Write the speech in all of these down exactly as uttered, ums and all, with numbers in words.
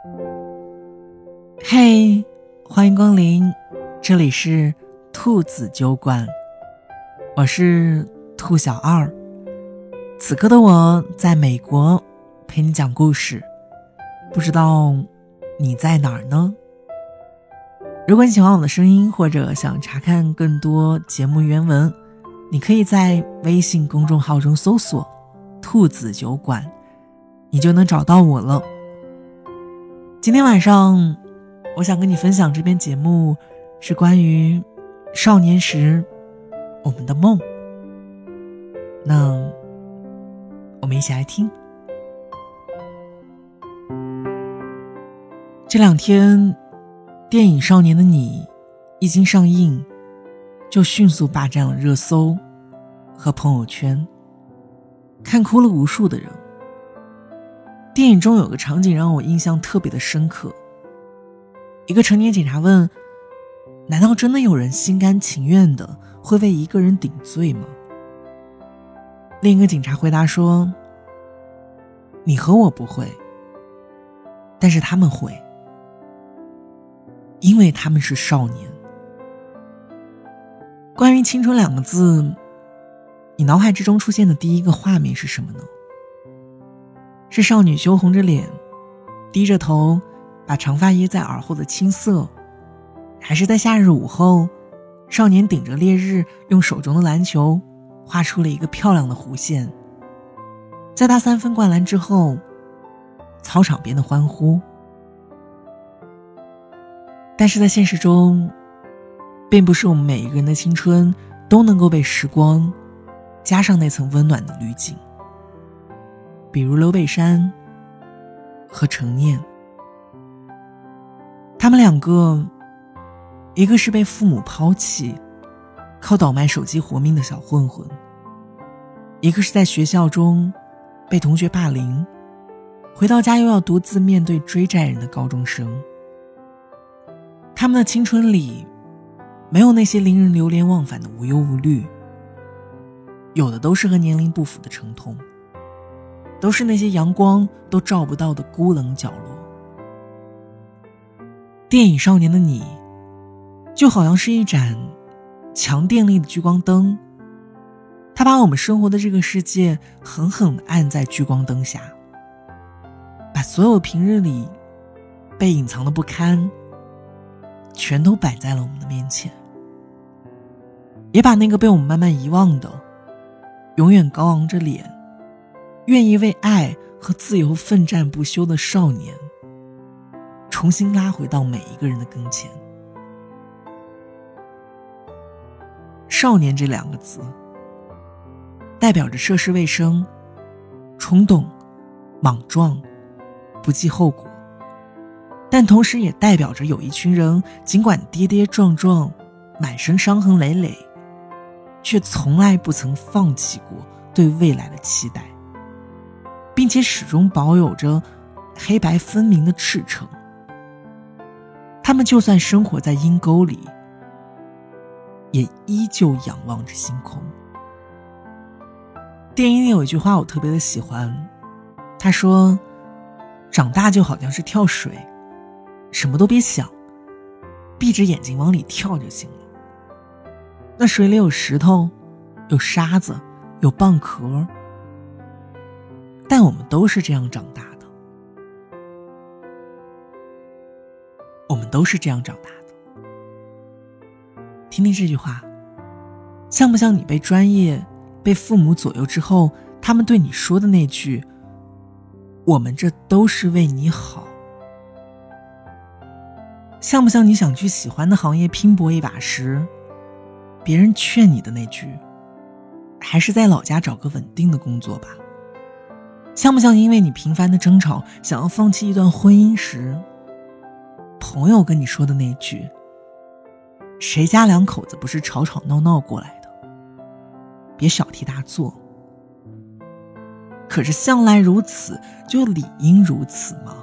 嘿，欢迎光临，这里是兔子酒馆，我是兔小二。此刻的我在美国陪你讲故事，不知道你在哪儿呢？如果你喜欢我的声音，或者想查看更多节目原文，你可以在微信公众号中搜索兔子酒馆，你就能找到我了。今天晚上我想跟你分享这篇节目，是关于少年时我们的梦。那我们一起来听。这两天电影《少年的你》一经上映，就迅速霸占了热搜和朋友圈，看哭了无数的人。电影中有个场景让我印象特别的深刻，一个成年警察问，难道真的有人心甘情愿的会为一个人顶罪吗？另一个警察回答说，你和我不会，但是他们会，因为他们是少年。关于青春两个字，你脑海之中出现的第一个画面是什么呢？是少女羞红着脸，低着头，把长发掖在耳后的青涩，还是在夏日午后，少年顶着烈日，用手中的篮球画出了一个漂亮的弧线，在他三分灌篮之后，操场边的欢呼。但是在现实中，并不是我们每一个人的青春都能够被时光加上那层温暖的滤镜。比如刘北山和程念，他们两个，一个是被父母抛弃，靠倒卖手机活命的小混混，一个是在学校中被同学霸凌，回到家又要独自面对追债人的高中生。他们的青春里没有那些令人流连忘返的无忧无虑，有的都是和年龄不符的疼痛，都是那些阳光都照不到的孤冷角落。电影《少年的你》就好像是一盏强电力的聚光灯，它把我们生活的这个世界狠狠地按在聚光灯下，把所有平日里被隐藏的不堪全都摆在了我们的面前，也把那个被我们慢慢遗忘的，永远高昂着脸，愿意为爱和自由奋战不休的少年，重新拉回到每一个人的跟前。少年这两个字，代表着涉世未深、冲动、莽撞、不计后果，但同时也代表着有一群人尽管跌跌撞撞，满身伤痕累累，却从来不曾放弃过对未来的期待，并且始终保有着黑白分明的赤诚。他们就算生活在阴沟里，也依旧仰望着星空。电影里有一句话我特别的喜欢，他说，长大就好像是跳水，什么都别想，闭着眼睛往里跳就行了。那水里有石头，有沙子，有蚌壳，但我们都是这样长大的，我们都是这样长大的。听听这句话，像不像你被专业、被父母左右之后，他们对你说的那句，我们这都是为你好？像不像你想去喜欢的行业拼搏一把时，别人劝你的那句，还是在老家找个稳定的工作吧？像不像因为你频繁的争吵，想要放弃一段婚姻时，朋友跟你说的那句，谁家两口子不是吵吵闹闹过来的，别小题大做。可是向来如此，就理应如此吗？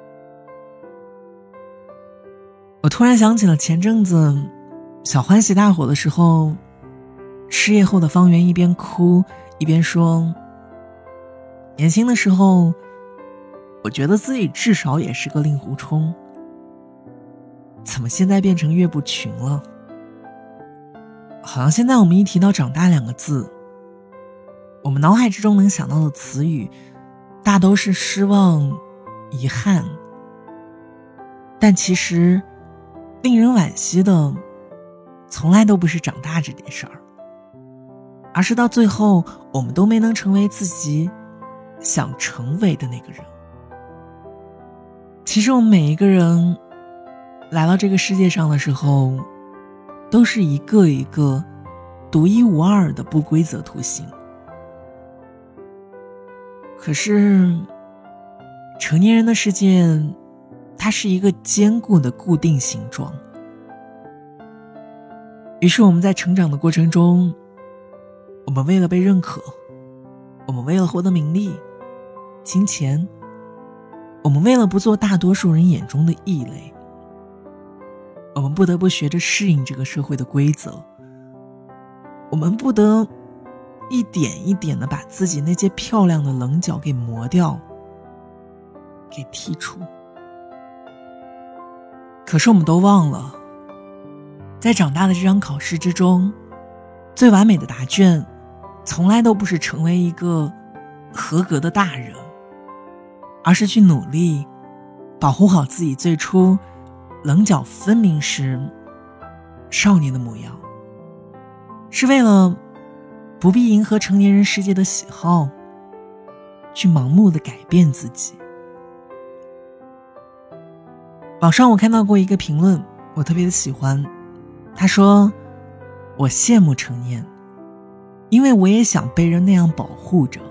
我突然想起了前阵子小欢喜大火的时候，失业后的方圆一边哭一边说，年轻的时候我觉得自己至少也是个令狐冲，怎么现在变成岳不群了？好像现在我们一提到长大两个字，我们脑海之中能想到的词语大都是失望、遗憾，但其实令人惋惜的从来都不是长大这件事儿，而是到最后我们都没能成为自己想成为的那个人。其实我们每一个人来到这个世界上的时候，都是一个一个独一无二的不规则图形。可是成年人的世界，它是一个坚固的固定形状。于是我们在成长的过程中，我们为了被认可，我们为了获得名利、金钱，我们为了不做大多数人眼中的异类，我们不得不学着适应这个社会的规则，我们不得一点一点地把自己那些漂亮的棱角给磨掉，给剔除。可是我们都忘了，在长大的这场考试之中，最完美的答卷从来都不是成为一个合格的大人，而是去努力保护好自己最初棱角分明时少年的模样，是为了不必迎合成年人世界的喜好，去盲目地改变自己。网上我看到过一个评论，我特别的喜欢，他说：我羡慕成年，因为我也想被人那样保护着。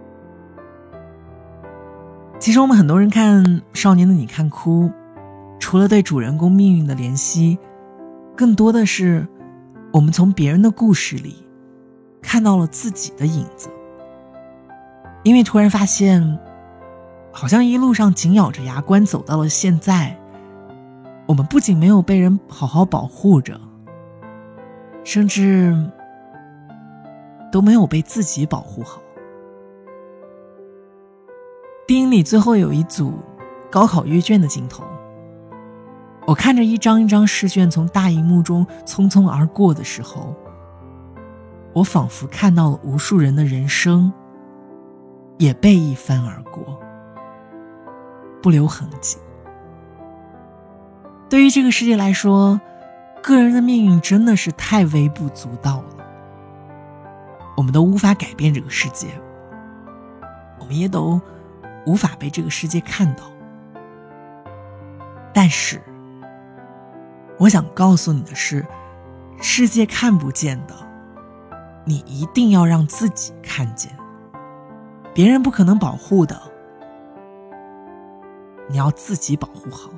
其实我们很多人看《少年的你》看哭，除了对主人公命运的怜惜，更多的是我们从别人的故事里看到了自己的影子。因为突然发现，好像一路上紧咬着牙关走到了现在，我们不仅没有被人好好保护着，甚至都没有被自己保护好。电影里最后有一组高考阅卷的镜头，我看着一张一张试卷从大荧幕中匆匆而过的时候，我仿佛看到了无数人的人生也被一翻而过，不留痕迹。对于这个世界来说，个人的命运真的是太微不足道了，我们都无法改变这个世界，我们也都无法被这个世界看到。但是我想告诉你的是，世界看不见的，你一定要让自己看见，别人不可能保护的，你要自己保护好。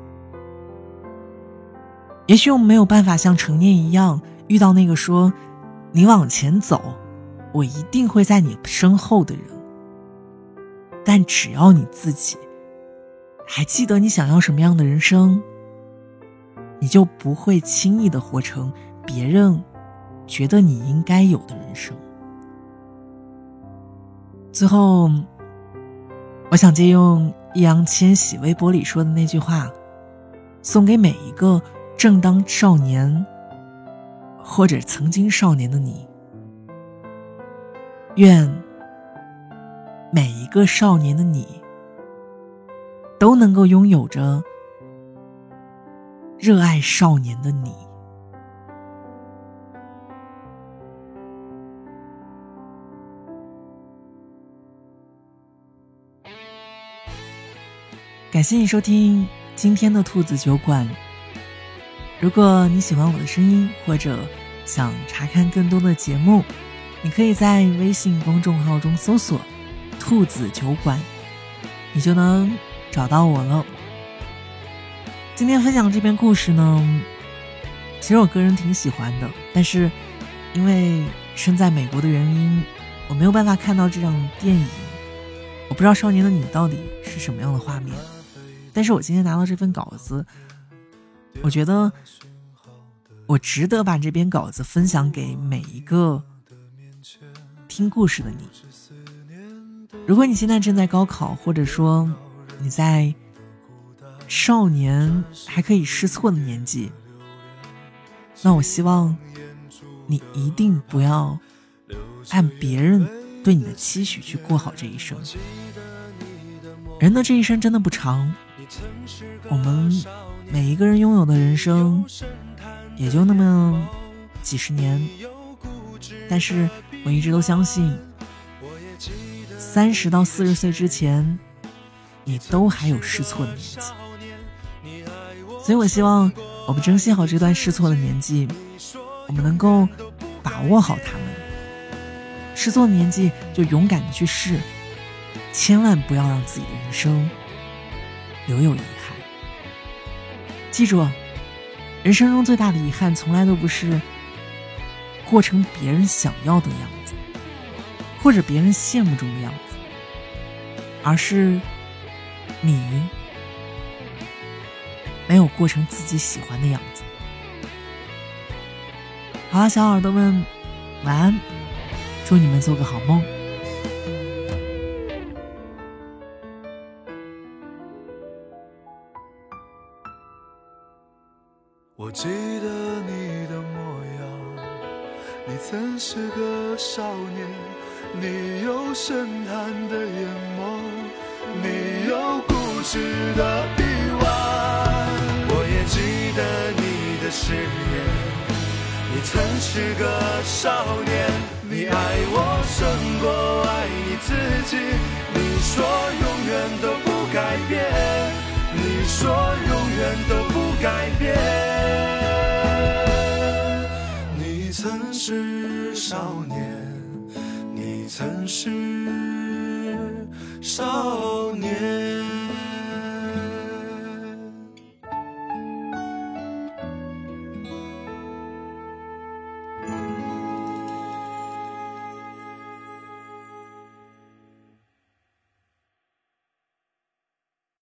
也许我们没有办法像成年一样遇到那个说你往前走，我一定会在你身后的人，但只要你自己还记得你想要什么样的人生，你就不会轻易地活成别人觉得你应该有的人生。最后，我想借用易烊千玺微博里说的那句话，送给每一个正当少年或者曾经少年的你。愿每一个少年的你都能够拥有着热爱少年的你。感谢你收听今天的兔子酒馆。如果你喜欢我的声音，或者想查看更多的节目，你可以在微信公众号中搜索兔子酒馆，你就能找到我了。今天分享这篇故事呢，其实我个人挺喜欢的，但是因为身在美国的原因，我没有办法看到这场电影，我不知道少年的你到底是什么样的画面。但是我今天拿到这份稿子，我觉得我值得把这篇稿子分享给每一个听故事的你。如果你现在正在高考，或者说你在少年还可以试错的年纪，那我希望你一定不要按别人对你的期许去过好这一生。人的这一生真的不长，我们每一个人拥有的人生也就那么几十年，但是我一直都相信，三十到四十岁之前，你都还有试错的年纪。所以我希望我们珍惜好这段试错的年纪，我们能够把握好它们。试错的年纪就勇敢的去试，千万不要让自己的人生留有遗憾。记住，人生中最大的遗憾从来都不是过成别人想要的样子，或者别人羡慕中的样子，而是你没有过成自己喜欢的样子。好了，小耳朵们，晚安，祝你们做个好梦。 我记得你的模样，你曾是个少年，你有深潭的眼眸，你有固执的臂弯。我也记得你的誓言，你曾是个少年，你爱我胜过爱你自己，你说永远都不改变，你说永远都不改变。你曾是少年，你曾是少年。